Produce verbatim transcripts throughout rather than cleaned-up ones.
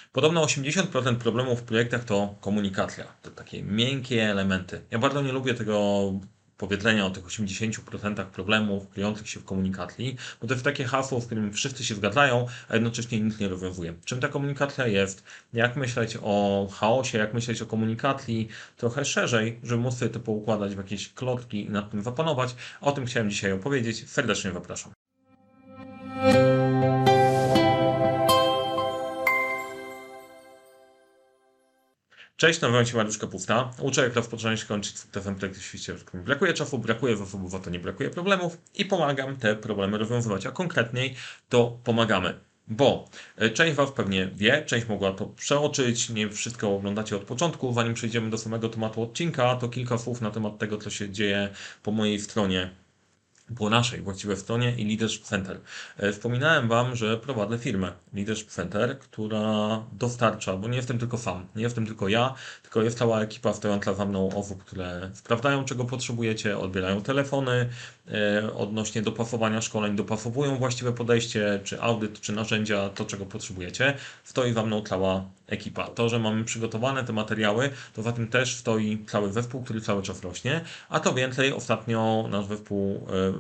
Podobno osiemdziesiąt procent problemów w projektach to komunikacja, to takie miękkie elementy. Ja bardzo nie lubię tego powiedzenia o tych osiemdziesięciu procentach problemów kryjących się w komunikacji, bo to jest takie hasło, w którym wszyscy się zgadzają, a jednocześnie nic nie rozwiązuje. Czym ta komunikacja jest? Jak myśleć o chaosie, jak myśleć o komunikacji trochę szerzej, żeby móc sobie to poukładać w jakieś klocki i nad tym zapanować. O tym chciałem dzisiaj opowiedzieć. Serdecznie zapraszam. Cześć, nazywam się Mariusz Kapusta. Uczę, jak rozpocząć i kończyć sukcesem w takim świecie, w którym brakuje czasu, brakuje zasobów, a to nie brakuje problemów i pomagam te problemy rozwiązywać, a konkretniej to pomagamy. Bo e, część Was pewnie wie, część mogła to przeoczyć, nie wszystko oglądacie od początku. Zanim przejdziemy do samego tematu odcinka, to kilka słów na temat tego, co się dzieje po mojej stronie, po naszej właściwie stronie i Leadership Center. E, Wspominałem Wam, że prowadzę firmę Leadership Center, która dostarcza, bo nie jestem tylko sam, nie jestem tylko ja, tylko jest cała ekipa stojąca za mną osób, które sprawdzają, czego potrzebujecie, odbierają telefony, e, odnośnie dopasowania szkoleń, dopasowują właściwe podejście, czy audyt, czy narzędzia, to czego potrzebujecie. Stoi za mną cała ekipa. To, że mamy przygotowane te materiały, to za tym też stoi cały zespół, który cały czas rośnie, a to więcej ostatnio nasz zespół e,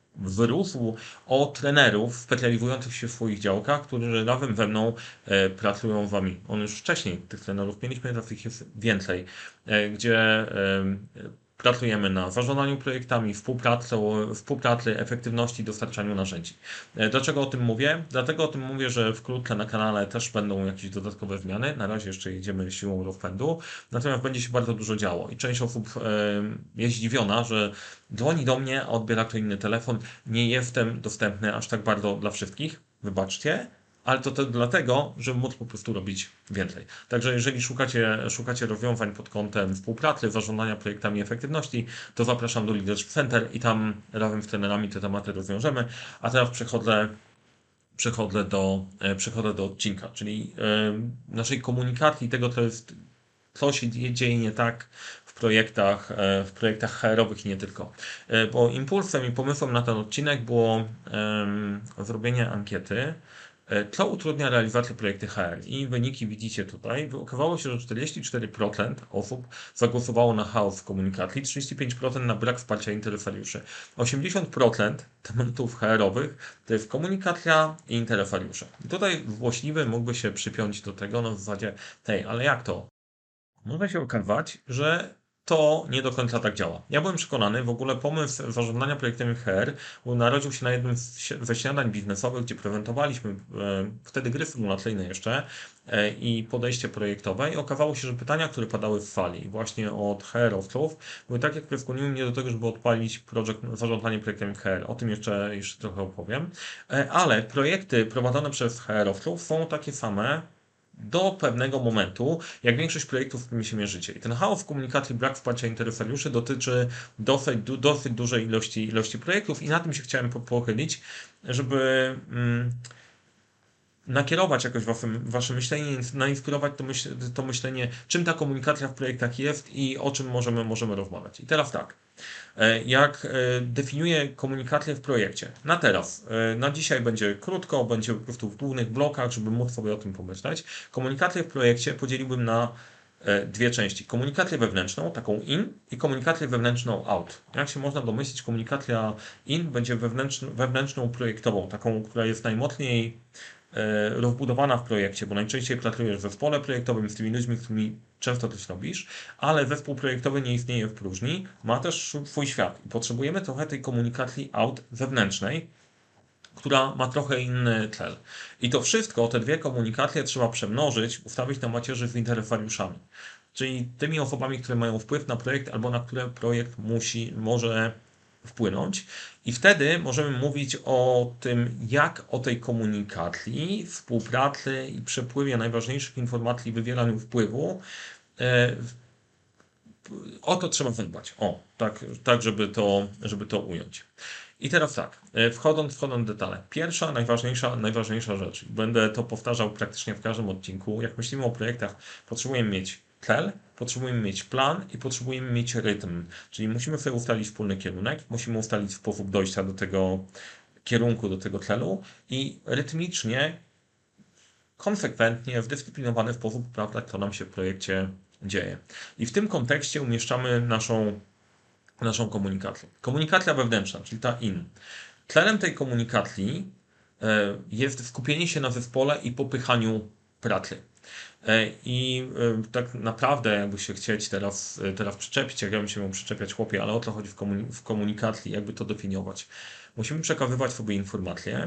wyrósł o trenerów specjalizujących się w swoich działkach, którzy razem ze mną e, pracują z Wami. On już wcześniej tych trenerów mieliśmy, teraz ich jest więcej, e, gdzie e, pracujemy na zarządzaniu projektami, współpracy, współpracy, efektywności, dostarczaniu narzędzi. E, Dlaczego o tym mówię? Dlatego o tym mówię, że wkrótce na kanale też będą jakieś dodatkowe zmiany. Na razie jeszcze jedziemy siłą rozpędu, natomiast będzie się bardzo dużo działo i część osób e, jest zdziwiona, że dzwoni do mnie, a odbiera to inny telefon. Nie jestem dostępny aż tak bardzo dla wszystkich, wybaczcie, ale to, to dlatego, żeby móc po prostu robić więcej. Także jeżeli szukacie, szukacie rozwiązań pod kątem współpracy, zarządzania projektami efektywności, to zapraszam do Leadership Center i tam razem z trenerami te tematy rozwiążemy. A teraz przechodzę, przechodzę, do, e, przechodzę do odcinka, czyli e, naszej komunikacji, tego, co jest, co się dzieje nie tak w projektach, e, w projektach H R-owych i nie tylko. E, Bo impulsem i pomysłem na ten odcinek było em, zrobienie ankiety, e, co utrudnia realizację projektu H R. I wyniki widzicie tutaj. Okazało się, że czterdzieści cztery procent osób zagłosowało na chaos w komunikacji, trzydzieści pięć procent na brak wsparcia interesariuszy. osiemdziesiąt procent tematów H R-owych to jest komunikacja i interesariusze. I tutaj złośliwy mógłby się przypiąć do tego na zasadzie, hej, ale jak to? Może się okazać, że to nie do końca tak działa. Ja byłem przekonany, w ogóle pomysł zarządzania projektami H R narodził się na jednym z si- ze śniadań biznesowych, gdzie prezentowaliśmy e, wtedy gry symulacyjne jeszcze e, i podejście projektowe i okazało się, że pytania, które padały w fali właśnie od H R-owców były takie, które skłoniły mnie do tego, żeby odpalić projekt, zarządzanie projektami H R. O tym jeszcze, jeszcze trochę opowiem. E, Ale projekty prowadzone przez H R-owców są takie same do pewnego momentu, jak większość projektów, z którymi się mierzycie. I ten chaos w komunikacji, brak wsparcia interesariuszy dotyczy dosyć, du- dosyć dużej ilości, ilości projektów i na tym się chciałem po- pochylić, żeby mm, nakierować jakoś wasze, wasze myślenie, nainspirować to, myśl, to myślenie, czym ta komunikacja w projektach jest i o czym możemy, możemy rozmawiać. I teraz tak. E, Jak e, definiuję komunikację w projekcie? Na teraz, e, na dzisiaj będzie krótko, będzie po prostu w głównych blokach, żeby móc sobie o tym pomyśleć. Komunikację w projekcie podzieliłbym na e, dwie części. Komunikację wewnętrzną, taką in i komunikację wewnętrzną out. Jak się można domyślić, komunikacja in będzie wewnętrzną, wewnętrzną projektową, taką, która jest najmocniej e, rozbudowana w projekcie, bo najczęściej pracujesz w zespole projektowym z tymi ludźmi, z którymi często coś robisz, ale zespół projektowy nie istnieje w próżni, ma też swój świat i potrzebujemy trochę tej komunikacji out zewnętrznej, która ma trochę inny cel. I to wszystko, te dwie komunikacje trzeba przemnożyć, ustawić na macierzy z interesariuszami. Czyli tymi osobami, które mają wpływ na projekt albo na które projekt musi, może wpłynąć. I wtedy możemy mówić o tym, jak o tej komunikacji, współpracy i przepływie najważniejszych informacji, wywieraniu wpływu. e, O to trzeba zadbać. O, tak, tak żeby to, żeby to ująć. I teraz tak, e, wchodząc, wchodząc w detale. Pierwsza, najważniejsza, najważniejsza rzecz. Będę to powtarzał praktycznie w każdym odcinku. Jak myślimy o projektach, potrzebujemy mieć cel, potrzebujemy mieć plan i potrzebujemy mieć rytm. Czyli musimy sobie ustalić wspólny kierunek, musimy ustalić sposób dojścia do tego kierunku, do tego celu i rytmicznie konsekwentnie, w dyscyplinowany sposób sprawdzać, co nam się w projekcie dzieje. I w tym kontekście umieszczamy naszą, naszą komunikację. Komunikacja wewnętrzna, czyli ta in. Celem tej komunikacji e, jest skupienie się na zespole i popychaniu pracy. E, I e, tak naprawdę, jakby się chcieć teraz, e, teraz przyczepić, jak ja bym się miał przyczepiać, chłopie, ale o co chodzi w, komuni- w komunikacji, jakby to definiować. Musimy przekazywać sobie informacje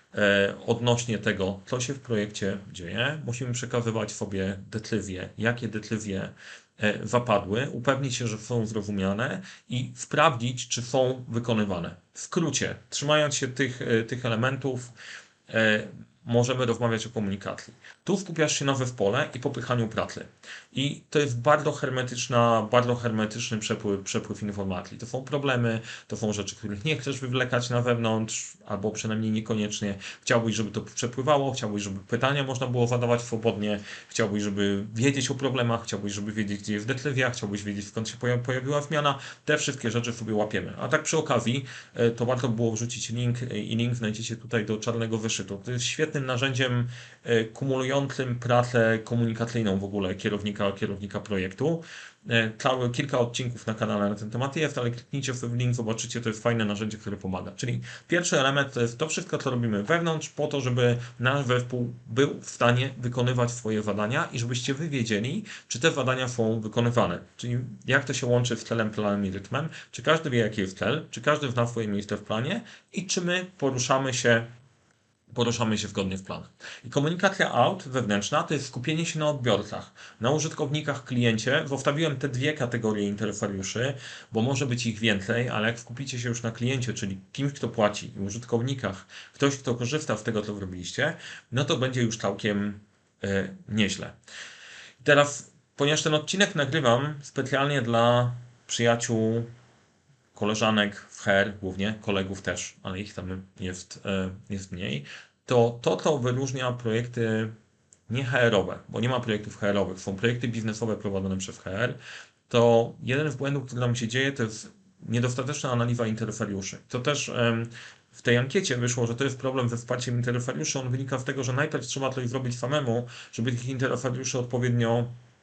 e, odnośnie tego, co się w projekcie dzieje. Musimy przekazywać sobie decyzje, jakie decyzje e, zapadły, upewnić się, że są zrozumiane i sprawdzić, czy są wykonywane. W skrócie, trzymając się tych, e, tych elementów, e, możemy rozmawiać o komunikacji. Tu skupiasz się na zespole i popychaniu pracy. I to jest bardzo hermetyczna, bardzo hermetyczny przepływ, przepływ informacji. To są problemy, to są rzeczy, których nie chcesz wywlekać na wewnątrz, albo przynajmniej niekoniecznie. Chciałbyś, żeby to przepływało, chciałbyś, żeby pytania można było zadawać swobodnie, chciałbyś, żeby wiedzieć o problemach, chciałbyś, żeby wiedzieć, gdzie jest decyzja, chciałbyś wiedzieć, skąd się pojawiła zmiana. Te wszystkie rzeczy sobie łapiemy. A tak przy okazji, to warto było wrzucić link i link znajdziecie tutaj do czarnego wyszytu. To jest świetnym narzędziem kumulującym pracę komunikacyjną w ogóle kierownika, kierownika projektu. Cały, kilka odcinków na kanale na ten temat jest, ale kliknijcie w link, zobaczycie, to jest fajne narzędzie, które pomaga. Czyli pierwszy element to jest to wszystko, co robimy wewnątrz, po to, żeby nasz zespół był w stanie wykonywać swoje zadania i żebyście wy wiedzieli, czy te zadania są wykonywane. Czyli jak to się łączy z celem, planem i rytmem, czy każdy wie, jaki jest cel, czy każdy zna swoje miejsce w planie i czy my poruszamy się poruszamy się zgodnie z planem. I komunikacja out, wewnętrzna, to jest skupienie się na odbiorcach, na użytkownikach, kliencie. Zostawiłem te dwie kategorie interesariuszy, bo może być ich więcej, ale jak skupicie się już na kliencie, czyli kimś, kto płaci, i użytkownikach, ktoś, kto korzysta z tego, co zrobiliście, no to będzie już całkiem e, nieźle. I teraz, ponieważ ten odcinek nagrywam specjalnie dla przyjaciół, koleżanek w H R głównie, kolegów też, ale ich tam jest, jest mniej, to to, co wyróżnia projekty nie H R-owe, bo nie ma projektów H R-owych, są projekty biznesowe prowadzone przez H R, to jeden z błędów, który nam się dzieje, to jest niedostateczna analiza interesariuszy. To też w tej ankiecie wyszło, że to jest problem ze wsparciem interesariuszy. On wynika z tego, że najpierw trzeba coś zrobić samemu, żeby tych interesariuszy odpowiednio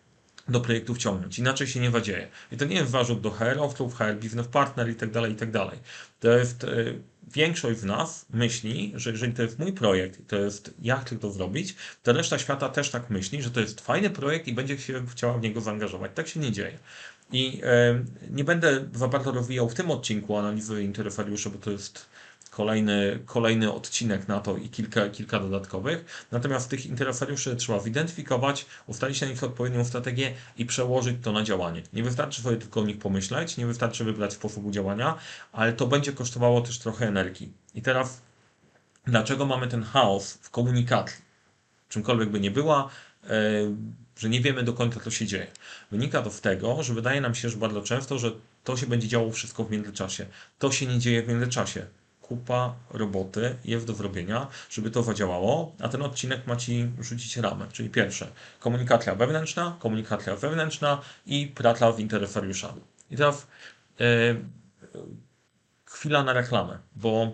do projektu wciągnąć. Inaczej się nie zadzieje. I to nie jest zarzut do H R-owców, H R Business Partner i tak dalej, i tak dalej. To jest y, większość z nas myśli, że jeżeli to jest mój projekt i to jest ja chcę to zrobić, to reszta świata też tak myśli, że to jest fajny projekt i będzie się chciała w niego zaangażować. Tak się nie dzieje. I y, nie będę za bardzo rozwijał w tym odcinku analizy interesariuszy, bo to jest kolejny, kolejny odcinek na to i kilka, kilka dodatkowych. Natomiast tych interesariuszy trzeba zidentyfikować, ustalić na nich odpowiednią strategię i przełożyć to na działanie. Nie wystarczy sobie tylko o nich pomyśleć, nie wystarczy wybrać sposób działania, ale to będzie kosztowało też trochę energii. I teraz, dlaczego mamy ten chaos w komunikacji? Czymkolwiek by nie była, że nie wiemy do końca, co się dzieje. Wynika to z tego, że wydaje nam się, że bardzo często, że to się będzie działo wszystko w międzyczasie. To się nie dzieje w międzyczasie. Kupa roboty jest do zrobienia, żeby to zadziałało, a ten odcinek ma Ci rzucić ramę. Czyli pierwsze, komunikacja wewnętrzna, komunikacja wewnętrzna i praca z interesariuszami. I teraz yy, chwila na reklamę, bo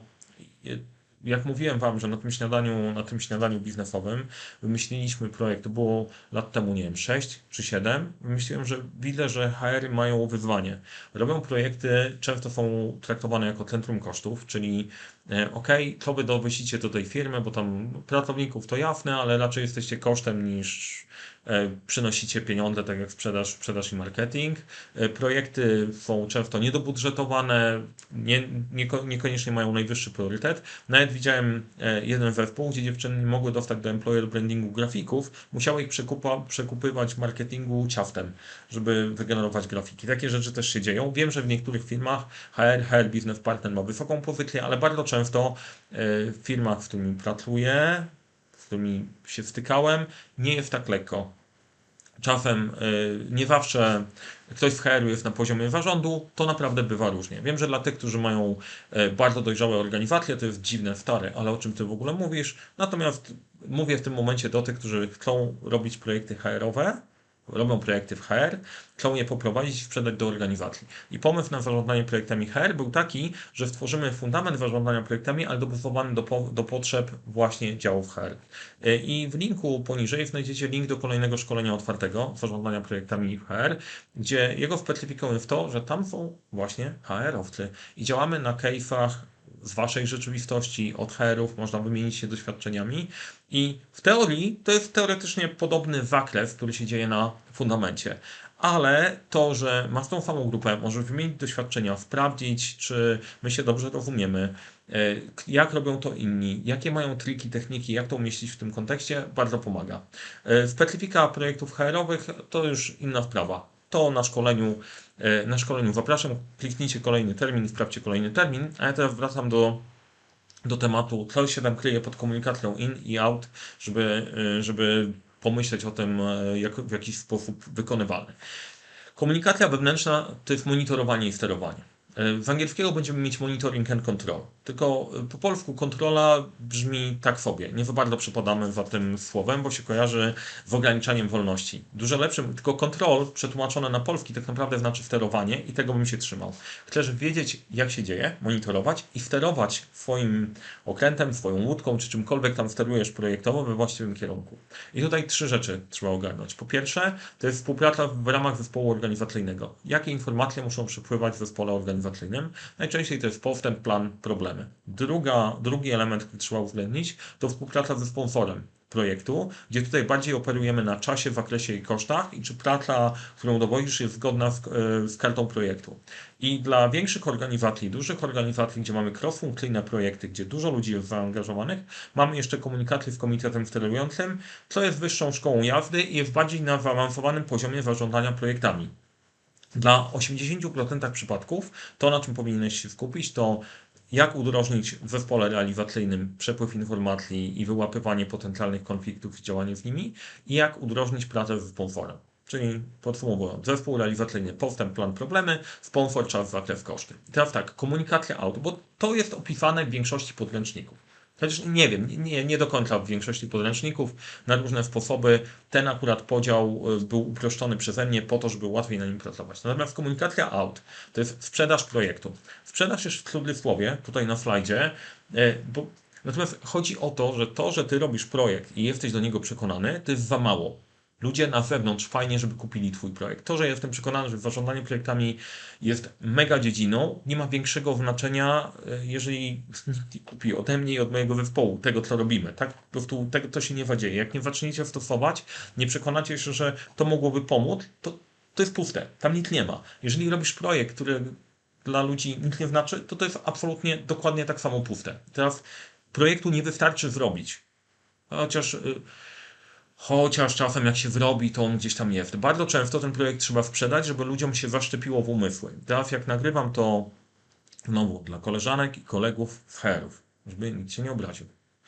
jak mówiłem Wam, że na tym śniadaniu, na tym śniadaniu biznesowym wymyśliliśmy projekt, to było lat temu, nie wiem, sześć czy siedem. Wymyśliłem, że widzę, że H R mają wyzwanie. Robią projekty, często są traktowane jako centrum kosztów, czyli ok, co Wy dowosicie do tej firmy, bo tam pracowników to jasne, ale raczej jesteście kosztem niż przynosicie pieniądze, tak jak sprzedaż, sprzedaż i marketing. Projekty są często niedobudżetowane, nie, nie, niekoniecznie mają najwyższy priorytet. Nawet widziałem jeden zespół, gdzie dziewczyny nie mogły dostać do employer brandingu grafików, musiały ich przekupa, przekupywać w marketingu ciastem, żeby wygenerować grafiki. Takie rzeczy też się dzieją. Wiem, że w niektórych firmach H R, H R Business Partner ma wysoką pozycję, ale bardzo często w firmach, z którymi pracuję, z którymi się stykałem, nie jest tak lekko. Czasem nie zawsze ktoś z H R-u jest na poziomie zarządu, to naprawdę bywa różnie. Wiem, że dla tych, którzy mają bardzo dojrzałe organizacje, to jest dziwne, stare, ale o czym Ty w ogóle mówisz? Natomiast mówię w tym momencie do tych, którzy chcą robić projekty H R-owe, robią projekty w H R, chcą je poprowadzić i sprzedać do organizacji. I pomysł na zarządzanie projektami H R był taki, że stworzymy fundament zarządzania projektami, ale dopasowany do, po, do potrzeb właśnie działów H R. I w linku poniżej znajdziecie link do kolejnego szkolenia otwartego zarządzania projektami H R, gdzie jego specyfikujemy w to, że tam są właśnie H R-owcy i działamy na case'ach z waszej rzeczywistości, od H R-ów, można wymienić się doświadczeniami i w teorii to jest teoretycznie podobny zakres, który się dzieje na fundamencie. Ale to, że masz tą samą grupę, możesz wymienić doświadczenia, sprawdzić, czy my się dobrze rozumiemy, jak robią to inni, jakie mają triki, techniki, jak to umieścić w tym kontekście, bardzo pomaga. Specyfika projektów H R-owych to już inna sprawa. To na szkoleniu, na szkoleniu zapraszam, kliknijcie kolejny termin, sprawdźcie kolejny termin, a ja teraz wracam do, do tematu, co się tam kryje pod komunikacją in i out, żeby, żeby pomyśleć o tym jak, w jakiś sposób wykonywalny. Komunikacja wewnętrzna to jest monitorowanie i sterowanie. Z angielskiego będziemy mieć monitoring and control. Tylko po polsku kontrola brzmi tak sobie. Nie za bardzo przypadamy za tym słowem, bo się kojarzy z ograniczaniem wolności. Dużo lepszym, tylko control przetłumaczone na polski tak naprawdę znaczy sterowanie i tego bym się trzymał. Chcesz wiedzieć, jak się dzieje, monitorować i sterować swoim okrętem, swoją łódką, czy czymkolwiek tam sterujesz projektowo we właściwym kierunku. I tutaj trzy rzeczy trzeba ogarnąć. Po pierwsze, to jest współpraca w ramach zespołu organizacyjnego. Jakie informacje muszą przepływać w zespole organizacyjnym? Najczęściej to jest postęp, plan, problemy. Druga, drugi element, który trzeba uwzględnić, to współpraca ze sponsorem projektu, gdzie tutaj bardziej operujemy na czasie, zakresie i kosztach i czy praca, którą dowodzisz, jest zgodna z, z kartą projektu. I dla większych organizacji, dużych organizacji, gdzie mamy cross-funkcyjne projekty, gdzie dużo ludzi jest zaangażowanych, mamy jeszcze komunikację z komitetem sterującym, co jest wyższą szkołą jazdy i jest bardziej na zaawansowanym poziomie zarządzania projektami. Dla osiemdziesiąt procent przypadków to, na czym powinieneś się skupić, to jak udrożnić w zespole realizacyjnym przepływ informacji i wyłapywanie potencjalnych konfliktów i działanie z nimi i jak udrożnić pracę z sponsorem. Czyli podsumowując, zespół realizacyjny, postęp, plan, problemy, sponsor, czas, zakres, koszty. I teraz tak, komunikacja out, bo to jest opisane w większości podręczników. Chociaż nie wiem, nie, nie do końca w większości podręczników, na różne sposoby. Ten akurat podział był uproszczony przeze mnie po to, żeby łatwiej na nim pracować. Natomiast komunikacja out to jest sprzedaż projektu. Sprzedaż jest w cudzysłowie, tutaj na slajdzie, bo natomiast chodzi o to, że to, że ty robisz projekt i jesteś do niego przekonany, to jest za mało. Ludzie na zewnątrz fajnie, żeby kupili twój projekt. To, że jestem przekonany, że zarządzanie projektami jest mega dziedziną, nie ma większego znaczenia, jeżeli nikt kupi ode mnie i od mojego zespołu tego, co robimy. Tak? Po prostu tego to się nie zadzieje. Jak nie zaczniecie stosować, nie przekonacie się, że to mogłoby pomóc, to, to jest puste. Tam nic nie ma. Jeżeli robisz projekt, który dla ludzi nic nie znaczy, to to jest absolutnie dokładnie tak samo puste. Teraz projektu nie wystarczy zrobić. Chociaż... Chociaż czasem jak się zrobi, to on gdzieś tam jest. Bardzo często ten projekt trzeba sprzedać, żeby ludziom się zaszczepiło w umysły. Teraz jak nagrywam to znowu dla koleżanek i kolegów z H R-ów, żeby nikt się nie obraził.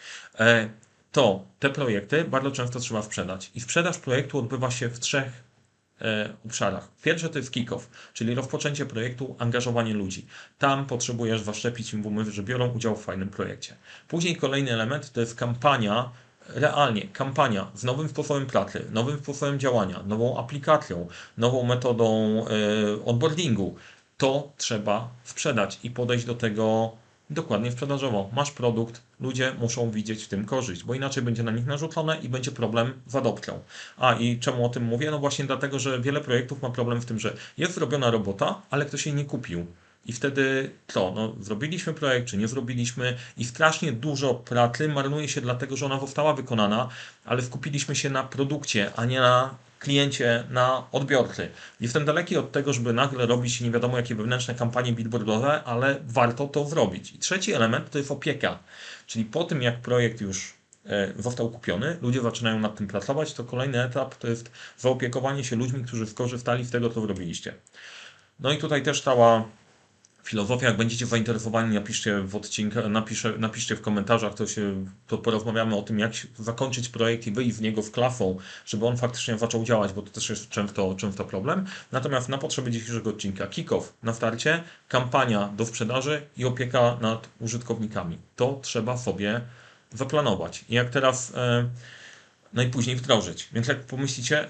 To te projekty bardzo często trzeba sprzedać. I sprzedaż projektu odbywa się w trzech obszarach. Pierwsze to jest kick-off, czyli rozpoczęcie projektu, angażowanie ludzi. Tam potrzebujesz zaszczepić im w umysł, że biorą udział w fajnym projekcie. Później kolejny element to jest kampania, realnie kampania z nowym sposobem pracy, nowym sposobem działania, nową aplikacją, nową metodą yy, onboardingu. To trzeba sprzedać i podejść do tego dokładnie sprzedażowo. Masz produkt, ludzie muszą widzieć w tym korzyść, bo inaczej będzie na nich narzucone i będzie problem z adopcją. A i czemu o tym mówię? No właśnie dlatego, że wiele projektów ma problem w tym, że jest zrobiona robota, ale ktoś jej nie kupił. I wtedy co? No, zrobiliśmy projekt, czy nie zrobiliśmy i strasznie dużo pracy marnuje się dlatego, że ona została wykonana, ale skupiliśmy się na produkcie, a nie na kliencie, na odbiorcy. Jestem daleki od tego, żeby nagle robić nie wiadomo jakie wewnętrzne kampanie billboardowe, ale warto to zrobić. I trzeci element to jest opieka, czyli po tym jak projekt już został kupiony, ludzie zaczynają nad tym pracować, to kolejny etap to jest zaopiekowanie się ludźmi, którzy skorzystali z tego, co zrobiliście. No i tutaj też cała filozofia, jak będziecie zainteresowani, napiszcie w odcinku, napisze, napiszcie w komentarzach, to, się, to porozmawiamy o tym, jak zakończyć projekt i wyjść z niego z klasą, żeby on faktycznie zaczął działać, bo to też jest często, często problem. Natomiast na potrzeby dzisiejszego odcinka kick-off na starcie, kampania do sprzedaży i opieka nad użytkownikami. To trzeba sobie zaplanować. I jak teraz e, najpóźniej wdrożyć. Więc jak pomyślicie,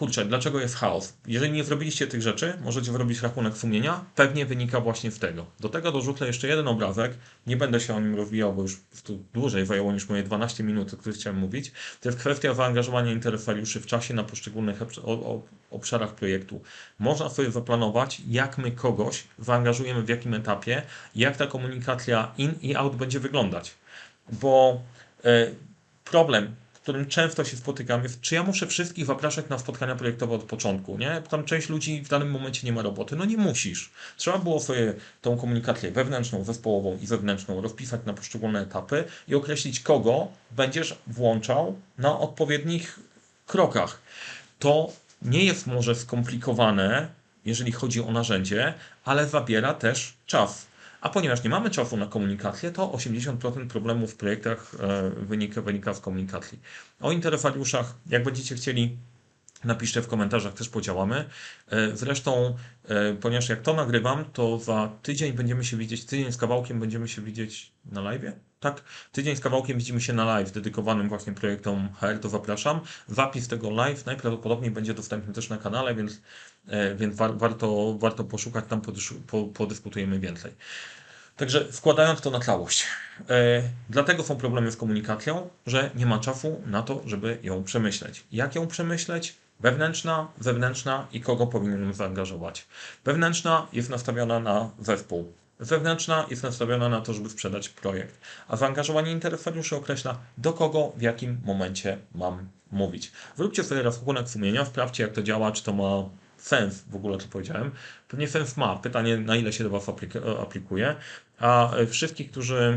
kurczę, dlaczego jest chaos? Jeżeli nie zrobiliście tych rzeczy, możecie zrobić rachunek sumienia, pewnie wynika właśnie z tego. Do tego dorzucę jeszcze jeden obrazek, nie będę się o nim rozwijał, bo już tu dłużej zajęło niż moje dwanaście minut, o których chciałem mówić. To jest kwestia zaangażowania interesariuszy w czasie na poszczególnych obszarach projektu. Można sobie zaplanować, jak my kogoś zaangażujemy w jakim etapie, jak ta komunikacja in i out będzie wyglądać. Bo y, problem, z którym często się spotykam, jest, czy ja muszę wszystkich zapraszać na spotkania projektowe od początku, nie? Tam część ludzi w danym momencie nie ma roboty. No nie musisz. Trzeba było sobie tą komunikację wewnętrzną, zespołową i zewnętrzną rozpisać na poszczególne etapy i określić, kogo będziesz włączał na odpowiednich krokach. To nie jest może skomplikowane, jeżeli chodzi o narzędzie, ale zabiera też czas. A ponieważ nie mamy czasu na komunikację, to osiemdziesiąt procent problemów w projektach wynika, wynika z komunikacji. O interesariuszach, jak będziecie chcieli, napiszcie w komentarzach, też podziałamy. Zresztą, ponieważ jak to nagrywam, to za tydzień będziemy się widzieć, tydzień z kawałkiem będziemy się widzieć na live'ie? Tak, tydzień z kawałkiem widzimy się na live dedykowanym właśnie projektom H R, to zapraszam. Zapis tego live najprawdopodobniej będzie dostępny też na kanale, więc, więc war, warto, warto poszukać, tam po, podyskutujemy więcej. Także składając to na całość, yy, dlatego są problemy z komunikacją, że nie ma czasu na to, żeby ją przemyśleć. Jak ją przemyśleć? Wewnętrzna, zewnętrzna i kogo powinienem zaangażować. Wewnętrzna jest nastawiona na zespół. Zewnętrzna jest nastawiona na to, żeby sprzedać projekt. A zaangażowanie interesariuszy określa, do kogo, w jakim momencie mam mówić. Zróbcie sobie rachunek sumienia, sprawdźcie, jak to działa, czy to ma sens w ogóle, co powiedziałem. Pewnie sens ma. Pytanie, na ile się do Was aplikuje. A wszystkich, którzy,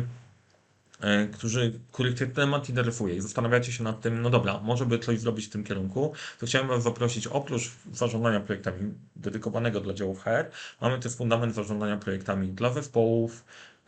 którzy, których ten temat interesuje i zastanawiacie się nad tym, no dobra, może by coś zrobić w tym kierunku, to chciałem Was zaprosić, oprócz zarządzania projektami dedykowanego dla działów H R, mamy też fundament zarządzania projektami dla zespołów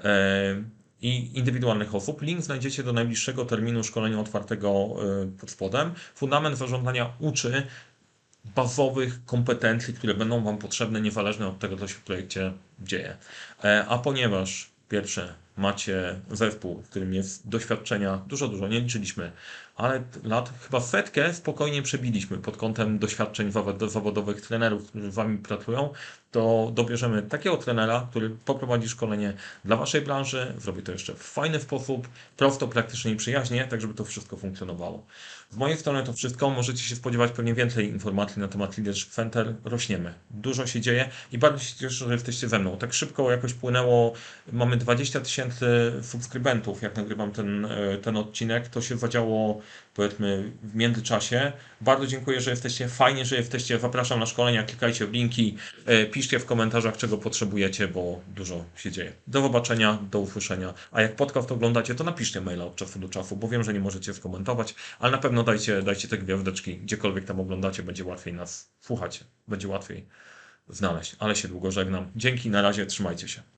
i indywidualnych osób. Link znajdziecie do najbliższego terminu szkolenia otwartego pod spodem. Fundament zarządzania uczy bazowych kompetencji, które będą Wam potrzebne niezależnie od tego, co się w projekcie dzieje. A ponieważ pierwsze, macie zespół, w którym jest doświadczenia dużo, dużo, nie liczyliśmy, ale lat chyba setkę spokojnie przebiliśmy pod kątem doświadczeń zawodowych trenerów, którzy z Wami pracują, to dobierzemy takiego trenera, który poprowadzi szkolenie dla Waszej branży, zrobi to jeszcze w fajny sposób, prosto, praktycznie i przyjaźnie, tak żeby to wszystko funkcjonowało. Z mojej strony to wszystko. Możecie się spodziewać pewnie więcej informacji na temat Leadership Center. Rośniemy. Dużo się dzieje i bardzo się cieszę, że jesteście ze mną. Tak szybko jakoś płynęło. Mamy dwadzieścia tysięcy subskrybentów, jak nagrywam ten, ten odcinek. To się zadziało, powiedzmy, w międzyczasie. Bardzo dziękuję, że jesteście. Fajnie, że jesteście. Zapraszam na szkolenia, klikajcie w linki, piszcie w komentarzach, czego potrzebujecie, bo dużo się dzieje. Do zobaczenia, do usłyszenia. A jak podcast oglądacie, to napiszcie maila od czasu do czasu, bo wiem, że nie możecie skomentować, ale na pewno dajcie, dajcie te gwiazdeczki, gdziekolwiek tam oglądacie, będzie łatwiej nas słuchać, będzie łatwiej znaleźć. Ale się długo żegnam. Dzięki, na razie, trzymajcie się.